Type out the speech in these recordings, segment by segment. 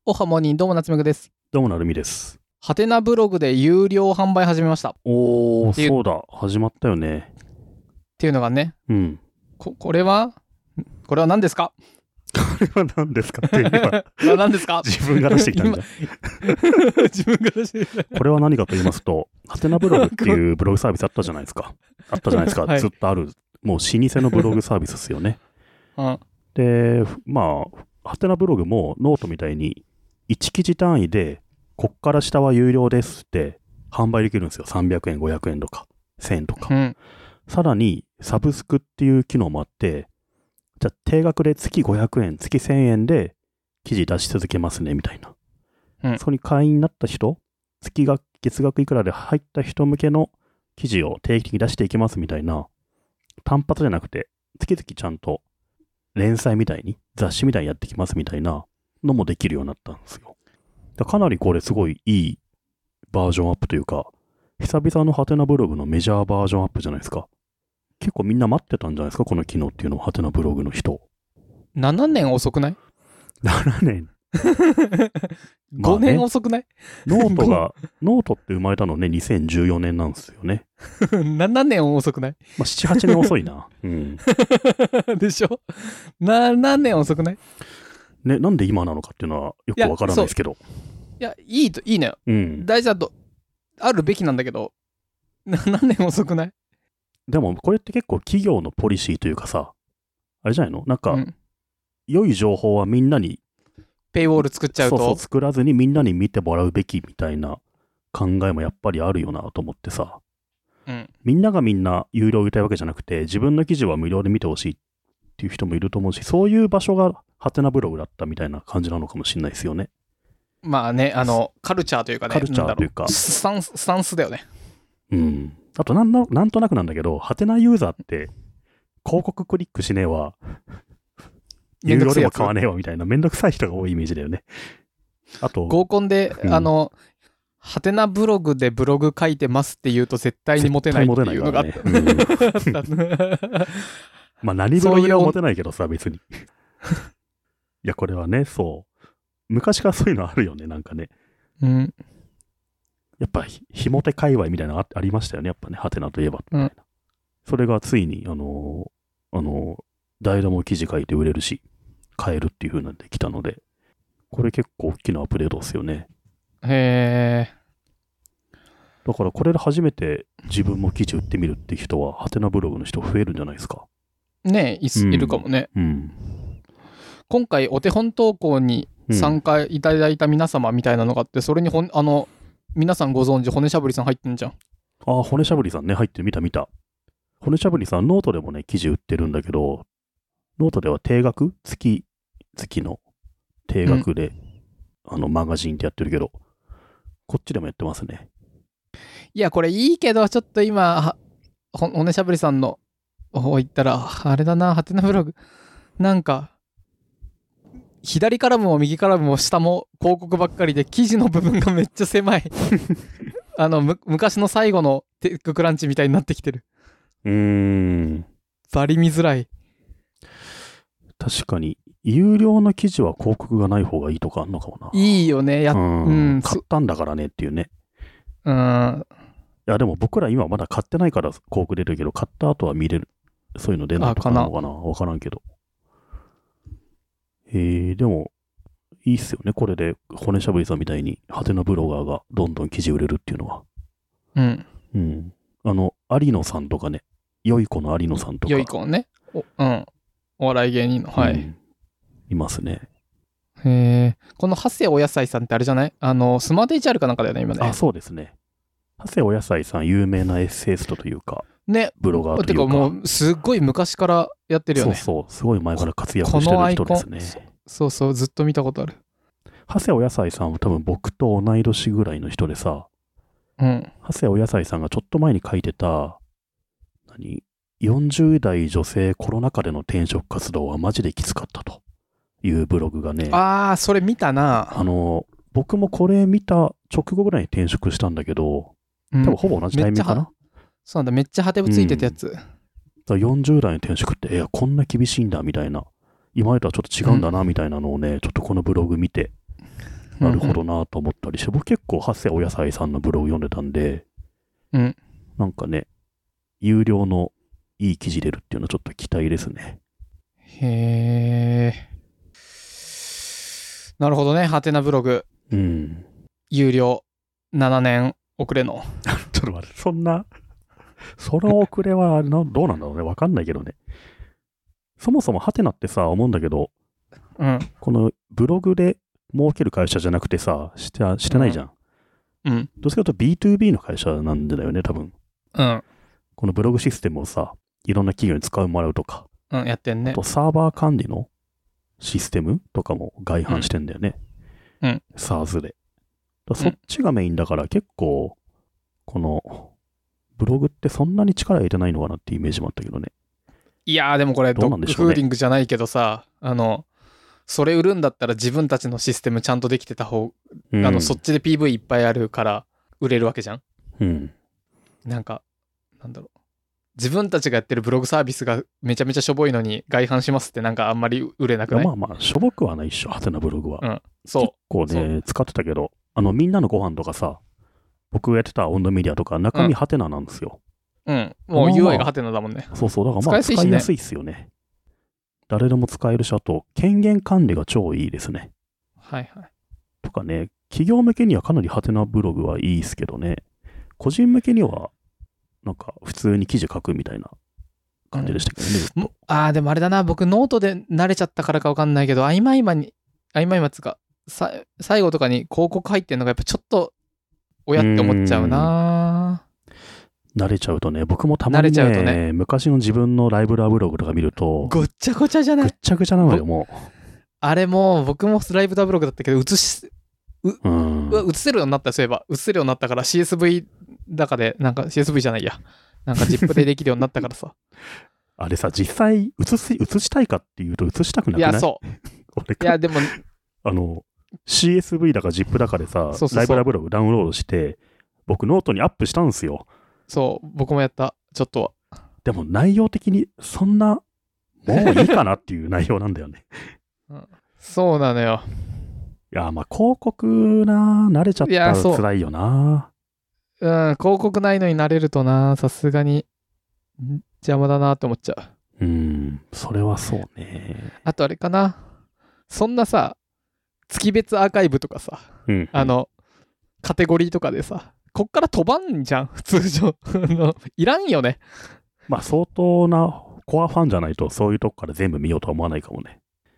おはモニー、どうも夏目くです。 どうもなるみです。 ハテナブログで有料販売始めました。 おー、そうだ、始まったよね。 っていうのがね、 うん。 これは何ですか？ これは何ですかって今、 これは何ですか？ 自分が出してきたんじゃん。 自分が出してきた。 これは何かと言いますと、ハテナブログっていうブログサービスあったじゃないですか。 はい、 ずっとある、もう老舗のブログサービスですよね。 うん、 で、まあ、ハテナブログもノートみたいに1記事単位で、こっから下は有料ですって販売できるんですよ。300円、500円とか、1000円とか。 うん、 さらに、サブスクっていう機能もあって、じゃあ定額で月500円、月1000円で記事出し続けますね、みたいな。 うん、 そこに会員になった人、月額いくらで入った人向けの記事を定期的に出していきますみたいな、単発じゃなくて、月々ちゃんと連載みたいに、雑誌みたいにやってきますみたいなのもできるようになったんですよ。かなりこれすごいいいバージョンアップというか、久々のハテナブログのメジャーバージョンアップじゃないですか。結構みんな待ってたんじゃないですか、この機能っていうのを、ハテナブログの人。 7年遅くない？ 7年。 5年遅くない？ ノートって生まれたのね、2014年なんですよね。 7年遅くない？ まあ、7、8年遅いな。うん。 でしょ？ 7 年遅くない？ ね、なんで今なのかっていうのはよくわからないですけど。 いや、いいのよ。 うん。 大事だと、あるべきなんだけど、7年遅くない？ でも、これって結構企業のポリシーというかさ、あれじゃないの？なんか、良い情報はみんなに、 ペイウォール作っちゃうと。 そう作らずにみんなに見てもらうべきみたいな考えもやっぱりあるよなと思ってさ。 うん。 みんながみんな有料を売りたいわけじゃなくて、自分の記事は無料で見てほしいっていう人もいると思うし、そういう場所がハテナブログだったみたいな感じなのかもしれないですよね。 まあね、カルチャーというかね、 カルチャーというか、 スタンスだよね。 うん。あとなんとなくなんだけど、ハテナユーザーって広告クリックしねえわ、有料でも買わねえわみたいなめんどくさい人が多いイメージだよね。あと、 合コンで、ハテナブログでブログ書いてますって言うと絶対にモテないっていうのがあった。 まあ何ブログでもモテないけどさ、別に。いや、これはね、そう。昔からそういうのあるよね、なんかね。 うん。 やっぱ、ひもて界隈みたいなのありましたよね、やっぱね、ハテナといえば。 うん、 それがついに、誰でも記事書いて売れるし、買えるっていう風なんで来たので、これ結構大きなアップデートですよね。 へー。 だからこれで初めて自分も記事売ってみるって人は、ハテナブログの人増えるんじゃないですか。 ねえ、いるかもね。 うん。 今回、お手本投稿に参加いただいた皆様みたいなのがあって、それに皆さんご存知、骨しゃぶりさん入ってんじゃん。 ああ、骨しゃぶりさんね、入ってる。見た。骨しゃぶりさん、ノートでもね、記事売ってるんだけど、ノートでは定額月の定額で、マガジンってやってるけど、こっちでもやってますね。 いや、これいいけど、ちょっと今、骨しゃぶりさんの方行ったら、あれだな、ハテナブログ。なんか、左からも右からも下も広告ばっかりで、記事の部分がめっちゃ狭い。昔の最後のテッククランチみたいになってきてる。バリ見づらい。 確かに、有料の記事は広告がない方がいいとかあんのかもな。 いいよね。 買ったんだからねっていうね。いや、でも僕ら今まだ買ってないから広告出るけど、買った後は見れる。そういうの出ないとかなのかなわからんけど。でも、いいっすよね。これで、骨しゃぶりさんみたいに、ハテナブロガーがどんどん記事売れるっていうのは。 うん。 有野さんとかね。良い子の有野さんとか。 良い子ね。お笑い芸人の。はい。 いますね。 この長谷お野菜さんってあれじゃない？スマート HR かなんかだよね、今ね。 あ、そうですね。長谷お野菜さん、有名なエッセイストというか、 ね、 ブロガーというか。 てかもう、すっごい昔からやってるよね。 そう、すごい前から活躍してる人ですね。 そう、ずっと見たことある。 長谷お野菜さんは多分僕と同い年ぐらいの人でさ、長谷お野菜さんがちょっと前に書いてた、40代女性コロナ禍での転職活動はマジできつかったというブログがね。 ああ、それ見たな。 僕もこれ見た直後ぐらいに転職したんだけど、多分ほぼ同じタイミングかな。 そうなんだ、めっちゃハテブついてたやつ。 40代の転職って、こんな厳しいんだみたいな、今までとはちょっと違うんだなみたいなのをね、ちょっとこのブログ見てなるほどなと思ったりして、僕結構、長谷お野菜さんのブログ読んでたんで、なんかね、有料のいい記事出るっていうのはちょっと期待ですね。 へー。なるほどね。ハテナブログ。有料7年遅れの。 ちょっと待って、その遅れはどうなんだろうね。わかんないけどね。そもそもハテナってさ、思うんだけど、このブログで儲ける会社じゃなくてさ、してないじゃん。どうせかというと B2B の会社なんだよね、多分。このブログシステムをさ、いろんな企業に使うもらうとか。 やってんね。 あとサーバー管理のシステムとかも外販してんだよね。SaaS で。そっちがメインだから結構、このブログってそんなに力入れてないのかなっていうイメージもあったけどね。 いやーでもこれドッグフーディングじゃないけどさ、それ売るんだったら自分たちのシステムちゃんとできてた方、そっちで PV いっぱいあるから売れるわけじゃん。なんか、なんだろう。自分たちがやってるブログサービスがめちゃめちゃしょぼいのに外販しますってなんかあんまり売れなくない？ まあまあ、しょぼくはないっしょ、ハテナブログは。 そう。 結構ね、使ってたけど、みんなのご飯とかさ、僕がやってた温度メディアとか、中身ハテナなんですよ。 もう UI がハテナだもんね。 そうそう、だからまあ使いやすいっすよね。誰でも使えるし、あと、権限管理が超いいですね。とかね、企業向けにはかなりハテナブログはいいですけどね、個人向けには、なんか普通に記事書くみたいな感じでしたけどね。 でもあれだな、僕ノートで慣れちゃったからか分かんないけど、合間っつうか、最後とかに広告入ってんのがやっぱちょっと、親って思っちゃうな。 慣れちゃうとね、僕もたまにね、昔の自分のライブラブログとか見ると、 ごっちゃごちゃじゃない？ ぐっちゃぐちゃなのよ、もう。 あれも、僕もライブラブログだったけど、映せるようになった、そういえば。映せるようになったから CSV だかで、なんか CSV じゃないや。なんか ZIP でできるようになったからさ。 あれさ、実際映したいかっていうと映したくなくない？ いや、そう。いや、でも、 CSV だか ZIP だかでさ、ライブラブログダウンロードして、僕ノートにアップしたんですよ。 そう、僕もやった、ちょっとは。 でも内容的にそんな、もういいかなっていう内容なんだよね。 そうなのよ。 いや、まあ広告慣れちゃったら辛いよな。 広告ないのに慣れるとな、さすがに邪魔だなって思っちゃう。それはそうね。 あとあれかな。そんなさ、月別アーカイブとかさ、カテゴリーとかでさ、こっから飛ばんじゃん、通常。いらんよね。 まあ相当なコアファンじゃないとそういうとこから全部見ようとは思わないかもね。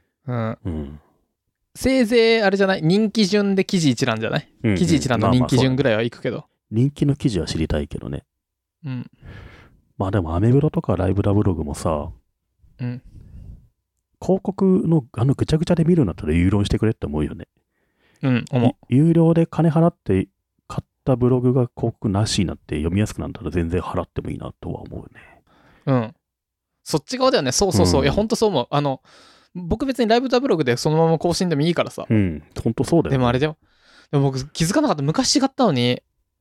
せいぜいあれじゃない？人気順で記事一覧じゃない？記事一覧の人気順ぐらいはいくけど。 人気の記事は知りたいけどね。まあでもアメブロとかライブラブログもさ、広告のぐちゃぐちゃで見るんだったら有料にしてくれって思うよね。思う。有料で金払って買ったブログが広告なしになって読みやすくなったら全然払ってもいいなとは思うね。 そっち側だよね。そう。いや、ほんとそう思う。僕別にライブラブログでそのまま更新でもいいからさ。 ほんとそうだよ、ね。 でもあれだよ。でも僕気づかなかった。昔違ったのに、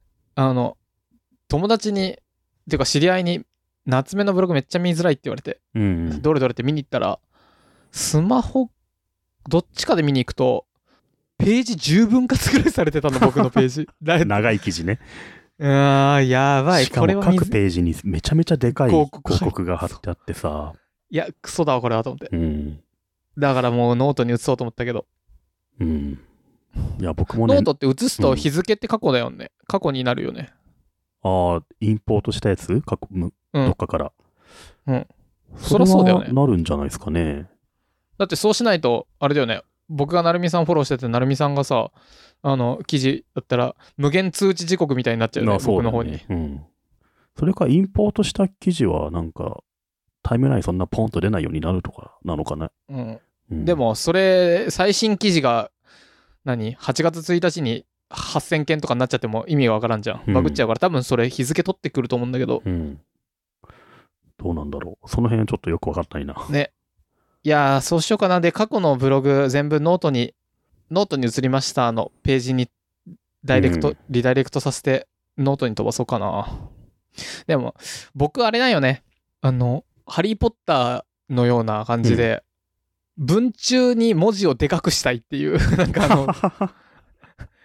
友達に、っていうか知り合いに、夏目のブログめっちゃ見づらいって言われて、どれどれって見に行ったら、スマホ、どっちかで見に行くと、ページ10分割ぐらいされてたの、僕のページ。 長い記事ね。 やばい。 しかも各ページにめちゃめちゃでかい広告が貼ってあってさ。 いや、クソだわ、これはと思って。だからもうノートに移そうと思ったけど。 いや、僕もね。 ノートって移すと日付って過去だよね。過去になるよね。 インポートしたやつどっかから。 そりゃそうだよね。 なるんじゃないですかね。 だってそうしないと、あれだよね。僕が成美さんフォローしてて、成美さんがさ、記事だったら、無限通知時刻みたいになっちゃうよね、僕の方に。 それか、インポートした記事は、なんか、タイムラインそんなポンと出ないようになるとかなのかな。 でも、それ、最新記事が、8月1日に8000件とかになっちゃっても意味がわからんじゃん。バグっちゃうから、多分それ日付取ってくると思うんだけど。 どうなんだろう。その辺ちょっとよくわかんないな。 ね。いやー、そうしようかな。で、過去のブログ全部ノートに移りましたページにリダイレクトさせてノートに飛ばそうかな。でも、僕あれなんよね。ハリーポッターのような感じで、文中に文字をでかくしたいっていう、なんか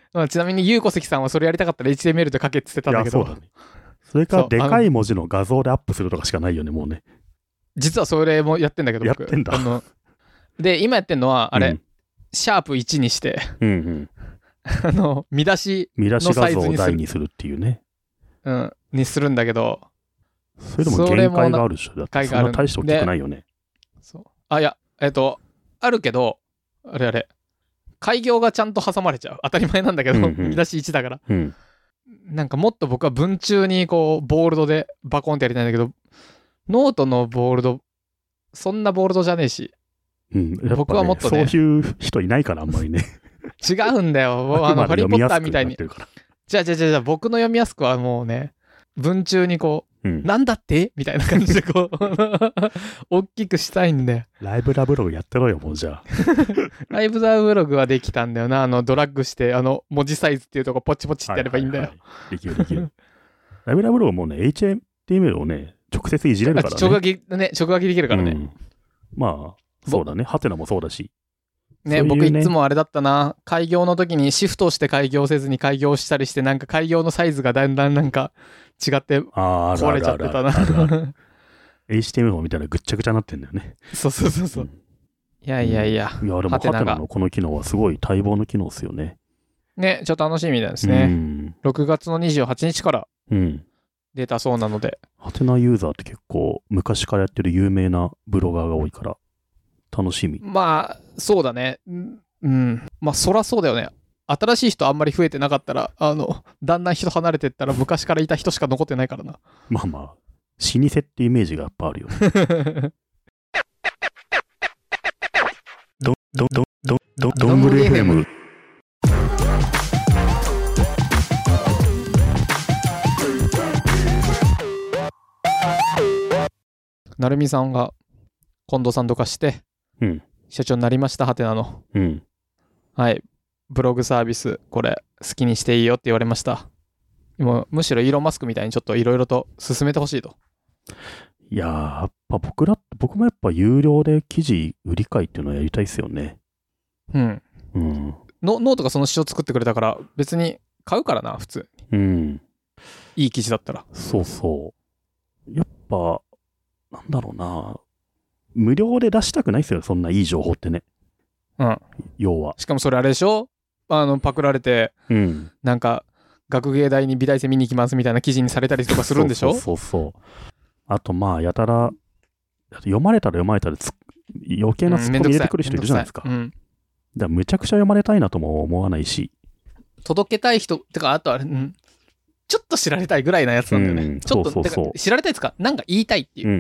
まあ、ちなみにゆうこせきさんはそれやりたかったら HTML で書けって言ってたんだけど、 いやそうだね。それからでかい文字の画像でアップするとかしかないよね、もうね。 実はそれもやってんだけど、僕やってんだ。 で、今やってんのは、あれ、 うんシャープ1にして、 うんうん。 見出し見出し画像を大にするっていうね。 にするんだけど、 それでも限界があるでしょ。だってそんな大して大きくないよね。 そう。あ、いや、あるけど、あれ、開業がちゃんと挟まれちゃう。当たり前なんだけど、見出し1だから。なんかもっと僕は文中にこう、ボールドでバコンってやりたいんだけど、ノートのボールド、そんなボールドじゃねえし、僕はもっとね、 そういう人いないから、あんまりね。 違うんだよ。ハリー・ポッターみたいに。じゃあ、僕の読みやすくはもうね、文中にこう、なんだってみたいな感じでこう、大きくしたいんだよ。 ライブラブログやってろよ、もうじゃあ。 ライブラブログはできたんだよな。ドラッグして、文字サイズっていうとこポチポチってやればいいんだよ。 できるできる。ライブラブログもね、HTML をね、直接いじれるからね。 直書きできるからね。 まあ、そうだね。ハテナもそうだし。 ね、僕いつもあれだったな。開業の時にシフトして開業せずに開業したりして、なんか開業のサイズがだんだんなんか違って壊れちゃってたな。 HTML みたいなぐっちゃぐちゃになってんだよね。 そう。いや。いや、でもハテナのこの機能はすごい待望の機能ですよね。 ね、ちょっと楽しみですね。6月の28日から出たそうなので。 ハテナユーザーって結構昔からやってる有名なブロガーが多いから。楽しみ。 まあ、そうだね。まあ、そらそうだよね。新しい人あんまり増えてなかったら、だんだん人離れてったら昔からいた人しか残ってないからな。 まあまあ、老舗ってイメージがやっぱあるよね。どんぐり FM。 なるみさんが近藤さんとかして、社長になりました、ハテナの。はい。ブログサービス、これ、好きにしていいよって言われました。もうむしろイーロン・マスクみたいにちょっといろいろと進めてほしいと。 いやー、やっぱ僕もやっぱ有料で記事売り買いっていうのをやりたいですよね。 ノートがその詩を作ってくれたから、別に買うからな、普通に。いい記事だったら。 そう。やっぱ、なんだろうな。無料で出したくないですよ、そんないい情報ってね。要は。 しかもそれあれでしょ？パクられて、なんか、学芸大に美大生見に行きますみたいな記事にされたりとかするんでしょ？ そう。あと、まあ、やたら、読まれたら余計なツッコミ入れてくる人いるじゃないですか。だからむちゃくちゃ読まれたいなとも思わないし。 届けたい人、てか、あとあれ、ちょっと知られたいぐらいなやつなんだよね。ちょっと、てか知られたいですか？なんか言いたいっていう。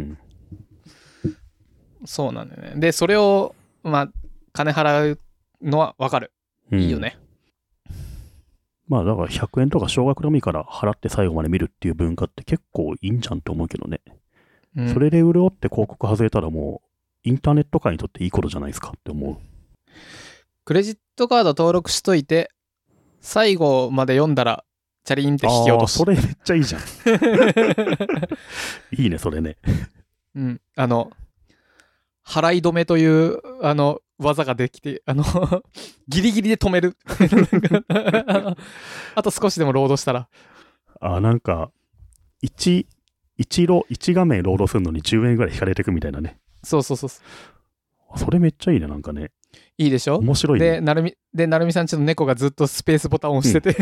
そうなんだよね。で、それを、まあ、金払うのは分かる。いいよね。 まあ、だから100円とか少額でもいいから払って最後まで見るっていう文化って結構いいんじゃんって思うけどね。それで潤って広告外れたらもう、インターネット界にとっていいことじゃないですかって思う。 クレジットカード登録しといて、最後まで読んだら、チャリンって引き落とす。 それめっちゃいいじゃん。いいね、それね。 払い止めという技ができて、ギリギリで止める。あと少しでもロードしたら。 なんか、1画面ロードするのに10円ぐらい引かれてくみたいなね。 そう。 それめっちゃいいね、なんかね。 いいでしょ？ 面白いね。 で、なるみさんちの猫がずっとスペースボタンを押してて、チ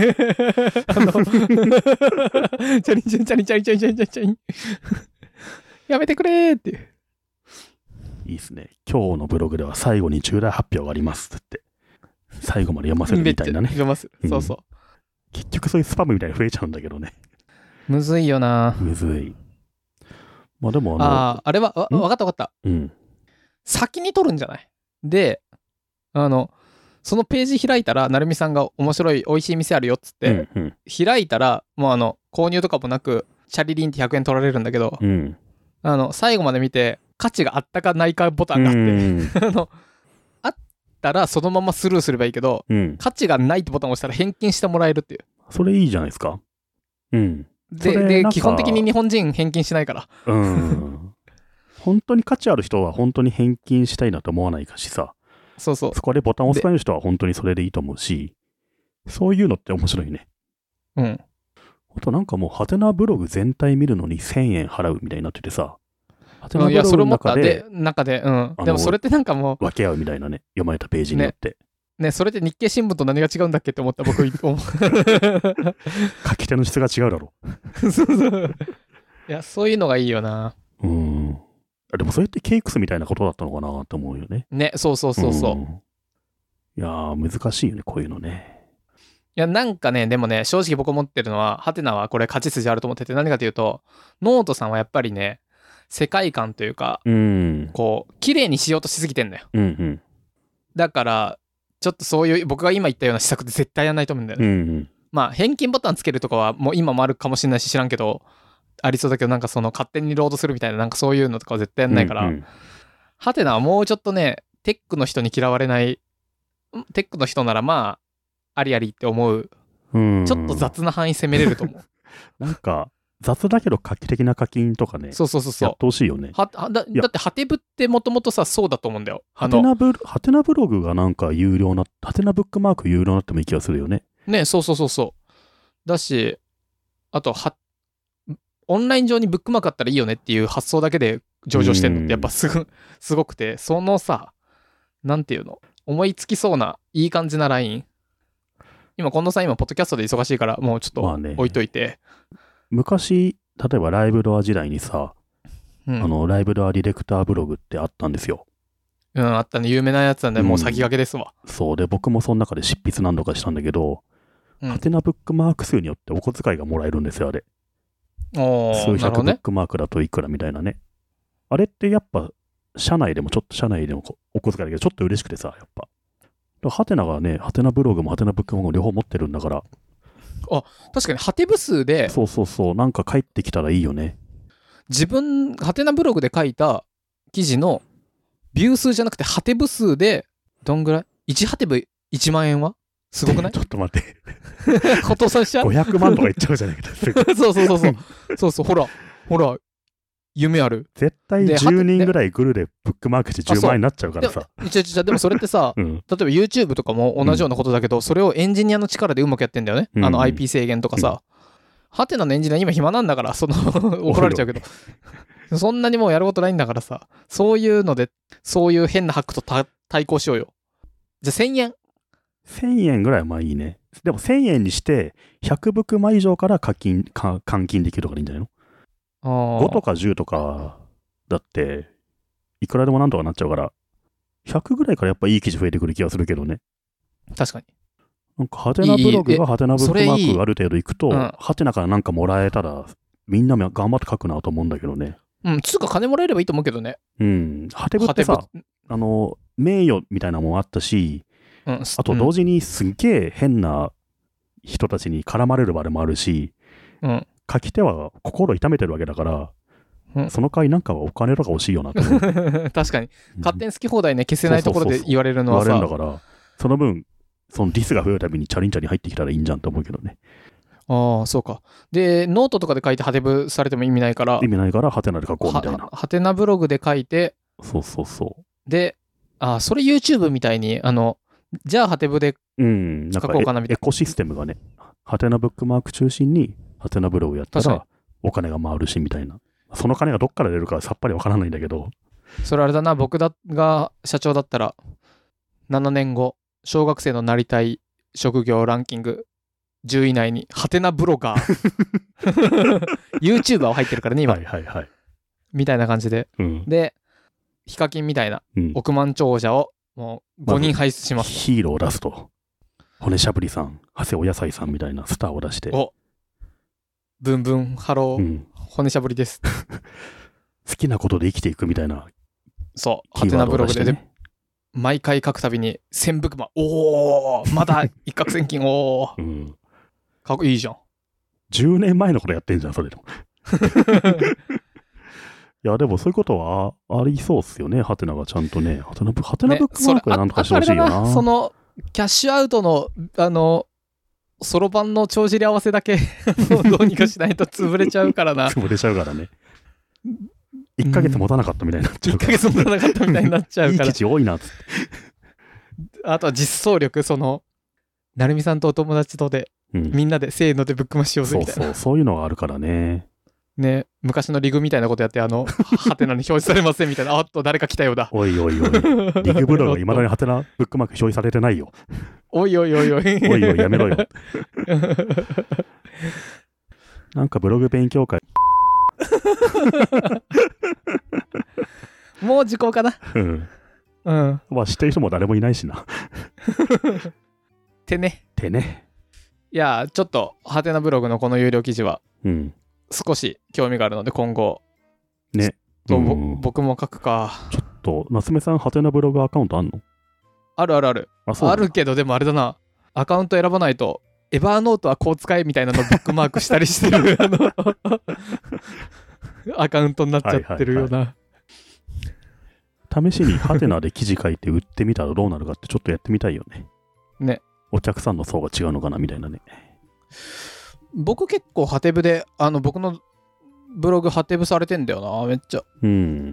ャリンチャリン。やめてくれーっていう。 いいですね。今日のブログでは最後に重大発表がありますって。最後まで読ませるみたいなね。 読ませる。そう。 結局そういうスパムみたいに増えちゃうんだけどね。 むずいよな。 むずい。まあでもあれは、わかった。先に取るんじゃない？で、そのページ開いたら、なるみさんが面白い、美味しい店あるよっつって、開いたら、もう購入とかもなく、チャリリンって100円取られるんだけど、最後まで見て、価値があったかないかボタンがあって、あったらそのままスルーすればいいけど、価値がないってボタンを押したら返金してもらえるっていう。 それいいじゃないですか。 で、基本的に日本人返金しないから。 本当に価値ある人は本当に返金したいなと思わないかしさ。 そう。 そこでボタンを押すかの人は本当にそれでいいと思うし、 そういうのって面白いね。 うん。 あとなんかもう、ハテナブログ全体見るのに1000円払うみたいになっててさ、ハテナブいや、 ログのそれ思った。 中ででもそれってなんかも分け合うみたいなね、読まれたページによって。 ね、それって日経新聞と何が違うんだっけって思った僕書き手の質が違うだろそうそう。いや、そういうのがいいよな。 でもそれってケイクスみたいなことだったのかなと思うよね。 ね、そうそうそうそう。 いやー、難しいよね、こういうのね。 いや、なんかね、でもね、正直僕思ってるのは、ハテナはこれ勝ち筋あると思ってて、何かというと、ノートさんはやっぱりね、世界観というか、こう、綺麗にしようとしすぎてんだよ。だから、ちょっとそういう、僕が今言ったような施策って絶対やんないと思うんだよね。まあ、返金ボタンつけるとかは、もう今もあるかもしれないし、知らんけど、ありそうだけど、なんかその勝手にロードするみたいな、なんかそういうのとかは絶対やんないから、ハテナはもうちょっとね、テックの人に嫌われない、テックの人ならまあ、ありありって思う、ちょっと雑な範囲攻めれると思う。 なんか、雑だけど画期的な課金とかね、 そうそうそうそう。 やってほしいよね。 だってハテブってもともとさ、そうだと思うんだよ。 ハテナブログがなんか有料な、ハテナブックマーク有料になってもいい気がするよね。 ね、そうそうそうそう。だし、あとオンライン上にブックマークあったらいいよねっていう発想だけで上場してんのってやっぱすごくて、そのさ、なんていうの、思いつきそうないい感じなライン。今、近藤さん今、ポッドキャストで忙しいから、もうちょっと置いといて。 昔、例えばライブドア時代にさ、ライブドアディレクターブログってあったんですよ。 あったね。有名なやつなんで、もう先駆けですわ。 そうで、僕もその中で執筆何度かしたんだけど、ハテナブックマーク数によってお小遣いがもらえるんですよ、あれ。数百ブックマークだといくらみたいなね。あれってやっぱ、社内でもお小遣いだけど、ちょっと嬉しくてさ、やっぱ。ハテナがね、ハテナブログもハテナブックマークも両方持ってるんだから。 あ、確かにハテブ数で。 そうそうそう、なんか返ってきたらいいよね。 ハテナブログで書いた記事のビュー数じゃなくてハテブ数で、どんぐらい ?1 ハテブ1万円はすごくない？ ちょっと待って。 ことさしちゃう ?500 万とかいっちゃうじゃないか。 そうそうそうそう。そうそう、ほら、夢ある。 絶対10人ぐらいグルでブックマークして10万円になっちゃうからさ。 でもそれってさ、例えば YouTube とかも同じようなことだけど、それをエンジニアの力でうまくやってんだよね。IP 制限とかさ。ハテナのエンジニア今暇なんだから、怒られちゃうけど。そんなにもうやることないんだからさ。そういうので、そういう変なハックと対抗しようよ。じゃあ1000円。 1000円ぐらいはまあいいね。でも1000円にして、100ブックマ以上から換金できるとかでいいんじゃないの？5とか10とかだっていくらでもなんとかなっちゃうから100ぐらいからやっぱいい記事増えてくる気がするけどね。 確かに。 なんかハテナブログがハテナブックマークある程度いくとハテナからなんかもらえたらみんな頑張って書くなと思うんだけどね。 つうか金もらえればいいと思うけどね。 ハテブってさ名誉みたいなもんあったし、あと同時にすっげえ変な人たちに絡まれる場でもあるし、書き手は心痛めてるわけだから、その代わりなんかはお金とか欲しいよなと思う。 確かに。勝手に好き放題ね、消せないところで言われるのはさ。 言われるんだから、その分、そのリスが増えるたびにチャリンチャリン入ってきたらいいんじゃんと思うけどね。 ああ、そうか。で、ノートとかで書いてハテブされても意味ないから、 ハテナで書こうみたいな。 ハテナブログで書いて、 そうそうそう。 で、それ YouTube みたいに、じゃあハテブで書こうかなみたいな。 エコシステムがね、ハテナブックマーク中心に、ハテナブログやったらお金が回るしみたいな。その金がどっから出るかさっぱりわからないんだけど。 それあれだな、僕が社長だったら、7年後、小学生のなりたい職業ランキング10位以内に、ハテナブロガー、YouTuber は入ってるからね、今。みたいな感じで。で、ヒカキンみたいな億万長者をもう5人輩出します。 ヒーローを出すと。骨しゃぶりさん、長谷お野菜さんみたいなスターを出して。 ブンブンハロー、骨しゃぶりです。 好きなことで生きていくみたいな。 そう、ハテナブログで、毎回書くたびに1000ブックマー、まだ一攫千金、かっこいいじゃん。 10年前のことやってんじゃん、それでも。いや、でもそういうことはありそうっすよね、ハテナがちゃんとね。ハテナブックマークなんとかしてほしいよな。 その、キャッシュアウトの、そろばんの帳尻合わせだけどうにかしないと潰れちゃうからな。 潰れちゃうからね。1ヶ月持たなかったみたいになっちゃうから。 1ヶ月持たなかったみたいになっちゃうから。 いい記事多いなっつって。 あとは実装力、 なるみさんとお友達とで、 うん。 みんなでせーのでぶっ込ましようぜみたいな。 そうそう、そういうのがあるからね。 ね、昔のリグみたいなことやって、ハテナに表示されませんみたいな。あっと、誰か来たようだ。 おいおいおい。リグブログはいまだにハテナブックマーク表示されてないよ。 おいおいおいおい。 おいおい、やめろよ。なんかブログ勉強会。 もう時効かな。 うん。 うん。 まあ知ってる人も誰もいないしな。 ってね。 ってね。 いや、ちょっと、ハテナブログのこの有料記事は、 うん。 少し興味があるので、今後、 ね。 僕も書くか。 ちょっと、夏目さん、ハテナブログアカウントあんの？ あるあるある。 そうあるけど、でもあれだな。アカウント選ばないと、エバーノートはこう使えみたいなのをブックマークしたりしてるアカウントになっちゃってるような。 試しにハテナで記事書いて売ってみたらどうなるかってちょっとやってみたいよね。 ね。 お客さんの層が違うのかなみたいなね。 僕結構ハテブで、僕のブログハテブされてんだよな、めっちゃ。 うん。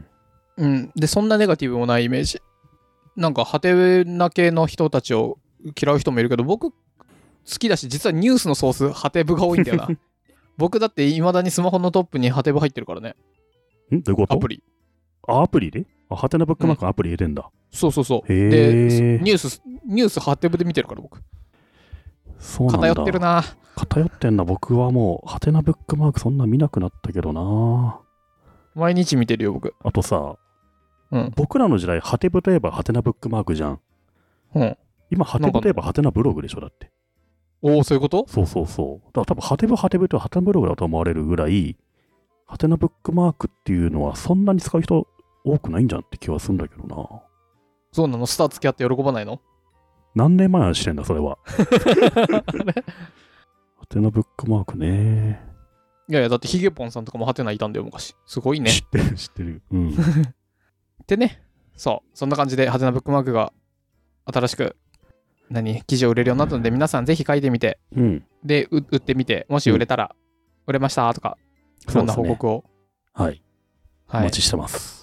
うん。で、そんなネガティブもないイメージ。なんかハテナ系の人たちを嫌う人もいるけど、僕好きだし、実はニュースのソース、ハテブが多いんだよな。僕だって未だにスマホのトップにハテブ入ってるからね。 どういうこと？ アプリ。 アプリで？ハテナブックマークのアプリ入れてんだ。 そうそうそう。 へで、ニュースハテブで見てるから僕。 そうなんだ。 偏ってるな。 偏ってんな。僕はもう、ハテナブックマークそんな見なくなったけどな。 毎日見てるよ、僕。 あとさ、 うん。 僕らの時代、ハテブといえばハテナブックマークじゃん。 うん。 今、ハテブといえばハテナブログでしょ、だって。 おお、そういうこと？ そうそうそう。だから多分、ハテブとハテナブログだと思われるぐらい、ハテナブックマークっていうのはそんなに使う人多くないんじゃんって気はするんだけどな。 そうなの？スター付き合って喜ばないの？ 何年前の話してんだ、それは。ハテナブックマークね。 いやいや、だってヒゲポンさんとかもハテナいたんだよ、昔。すごいね。 知ってる、知ってる。うん。 でね、そう、そんな感じでハテナブックマークが新しく記事を売れるようになったので、皆さんぜひ書いてみて、 うん。 で、売ってみて、もし売れたら、売れましたとか、そんな報告を。 はい。 はい。 お待ちしてます。